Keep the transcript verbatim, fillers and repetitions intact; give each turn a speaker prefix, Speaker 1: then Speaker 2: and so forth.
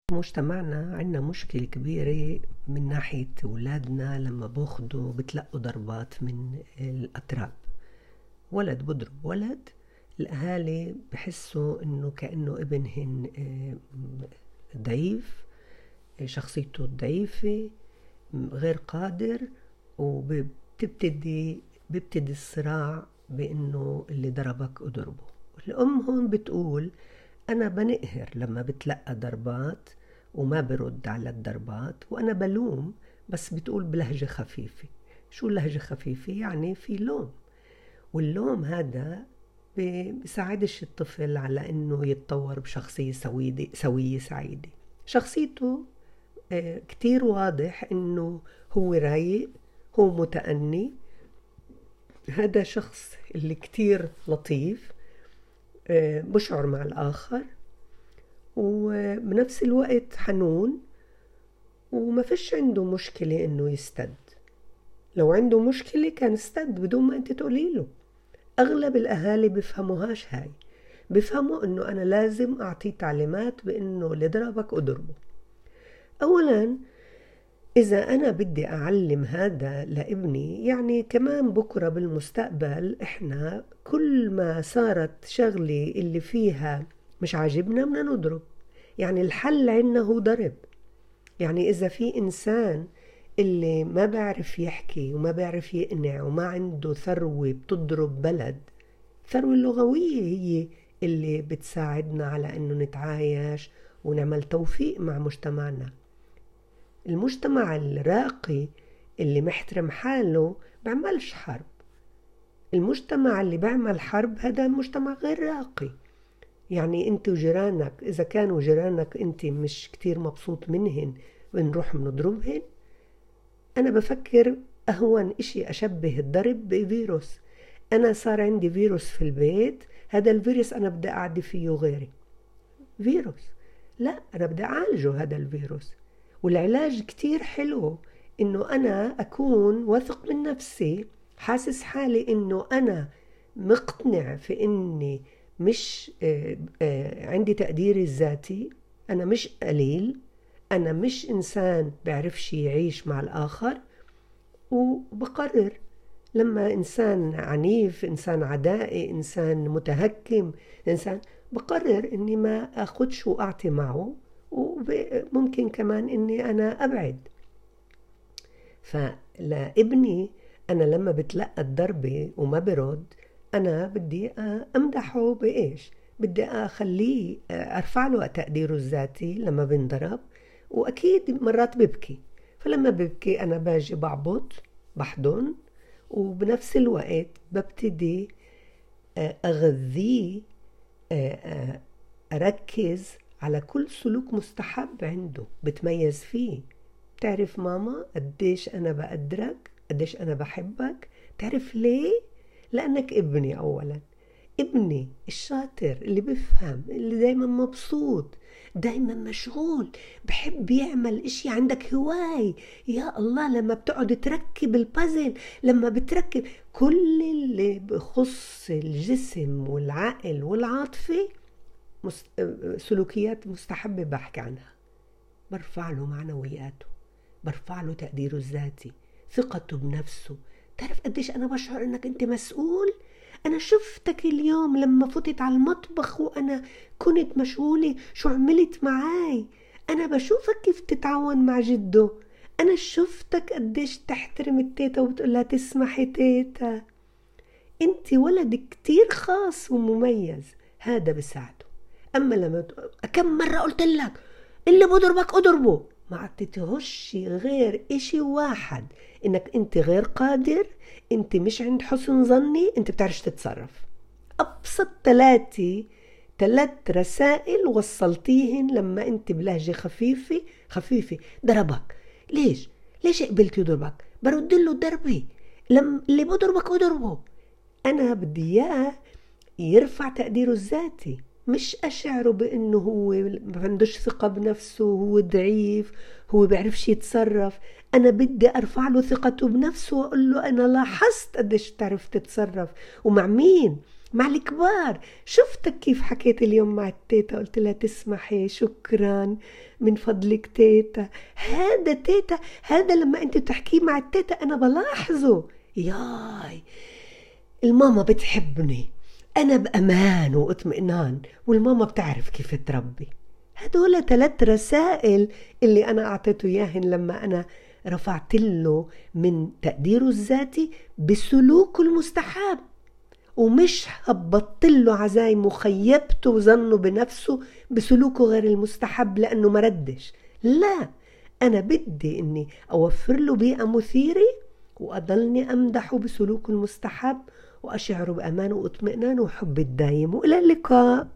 Speaker 1: مجتمعنا عنا مشكلة كبيرة من ناحية أولادنا لما بأخدوا بتلقوا ضربات من الأتراب. ولد بضرب ولد، الأهالي بحسوا إنه كأنه ابنهن ضعيف، شخصيته ضعيفة، غير قادر، وبتبتدي بيبتدي الصراع بإنه اللي ضربك اضربه. الأم هون بتقول أنا بنقهر لما بتلقى ضربات وما برد على الضربات، وأنا بلوم، بس بتقول بلهجة خفيفة. شو اللهجة خفيفة؟ يعني في لوم، واللوم هذا بيساعدش الطفل على إنه يتطور بشخصية سوية سوية سعيدة. شخصيته كتير واضح إنه هو رايق، هو متأني، هذا شخص اللي كتير لطيف، بشعر مع الآخر، وبنفس الوقت حنون، وما فيش عنده مشكلة إنه يستد. لو عنده مشكلة كان استد بدون ما أنت تقولي له. أغلب الأهالي بيفهموهاش هاي، بيفهموا إنه أنا لازم أعطيه تعليمات بإنه اللي ضربك أضربه. أولاً إذا أنا بدي أعلم هذا لابني، يعني كمان بكرة بالمستقبل إحنا كل ما صارت شغلة اللي فيها مش عاجبنا بدنا نضرب. يعني الحل عنا هو ضرب. يعني إذا في إنسان اللي ما بعرف يحكي وما بعرف يقنع وما عنده ثروة بتضرب بلد، الثروة اللغوية هي اللي بتساعدنا على إنه نتعايش ونعمل توفيق مع مجتمعنا. المجتمع الراقي اللي محترم حاله بعملش حرب. المجتمع اللي بعمل حرب هذا مجتمع غير راقي. يعني انت وجيرانك، اذا كانوا جيرانك انت مش كتير مبسوط منهن ونروح بنضربهن، انا بفكر اهون اشي اشبه الضرب بفيروس. انا صار عندي فيروس في البيت، هذا الفيروس انا بدي اعدي فيه غيري. فيروس، لا، انا بدي اعالجه هذا الفيروس. والعلاج كتير حلو انه انا اكون واثق من نفسي، حاسس حالي انه انا مقتنع في اني مش آه آه عندي تقديري الذاتي، انا مش قليل، انا مش انسان بعرفش يعيش مع الاخر. وبقرر لما انسان عنيف، انسان عدائي، انسان متهكم، انسان، بقرر اني ما اخدش واعطي معه، وممكن كمان اني انا ابعد. فلابني انا لما بتلقى الضربة وما برد، انا بدي امدحه بايش؟ بدي اخليه ارفع له تقديره الذاتي لما بنضرب، واكيد مرات ببكي. فلما ببكي انا باجي بعبط، بحضن، وبنفس الوقت ببتدي اغذيه، اركز على كل سلوك مستحب عنده بتميز فيه. بتعرف ماما قديش أنا بقدرك، قديش أنا بحبك؟ تعرف ليه؟ لأنك ابني. أولا ابني الشاطر اللي بفهم، اللي دايما مبسوط، دايما مشغول، بحب يعمل اشي، عندك هواي. يا الله، لما بتقعد تركب البازل، لما بتركب كل اللي بخص الجسم والعقل والعاطفة، سلوكيات مستحبة بحكي عنها. برفع له معنوياته، برفع له تقديره الذاتي، ثقته بنفسه. تعرف قديش أنا بشعر إنك أنت مسؤول؟ أنا شفتك اليوم لما فتت على المطبخ وأنا كنت مشغولة، شو عملت معاي؟ أنا بشوفك كيف تتعاون مع جده. أنا شفتك قديش تحترم التيتا وبتقولها تسمحي تيتا. أنت ولد كتير خاص ومميز، هذا بساعده. أما لما كم مرة قلت لك اللي بضربك اضربه، ما عطيتهوش غير اشي واحد، انك انت غير قادر، انت مش عند حسن ظني، انت بتعرفش تتصرف. ابسط ثلاثة ثلاث رسائل وصلتيهن لما انت بلهجة خفيفة خفيفة. ضربك ليش؟ ليش قبلت يضربك؟ برد له ضربي. لما اللي بضربك اضربه. انا بدي اياه يرفع تقديره الذاتي، مش أشعره بأنه هو ما عندوش ثقة بنفسه، هو ضعيف، هو بيعرفش يتصرف. أنا بدي أرفع له ثقته بنفسه وأقول له أنا لاحظت قديش تعرف تتصرف. ومع مين؟ مع الكبار. شفتك كيف حكيت اليوم مع التيتا، قلت لها تسمحي، شكرا، من فضلك تيتا. هذا تيتا، هذا لما انت تحكي مع التيتا انا بلاحظه. ياي الماما بتحبني، انا بامان واطمئنان، والماما بتعرف كيف تربي. هدول ثلاث رسائل اللي انا اعطيته اياهن لما انا رفعت له من تقديره الذاتي بسلوكه المستحب، ومش هبطت له عزايم وخيبته وظنه بنفسه بسلوكه غير المستحب لأنه مردش. لا، أنا بدي إني أوفر له بيئة مثيرة وأضلني أمدحه بسلوكه المستحب وأشعره بأمان واطمئنان وحب الدايم. وإلى اللقاء.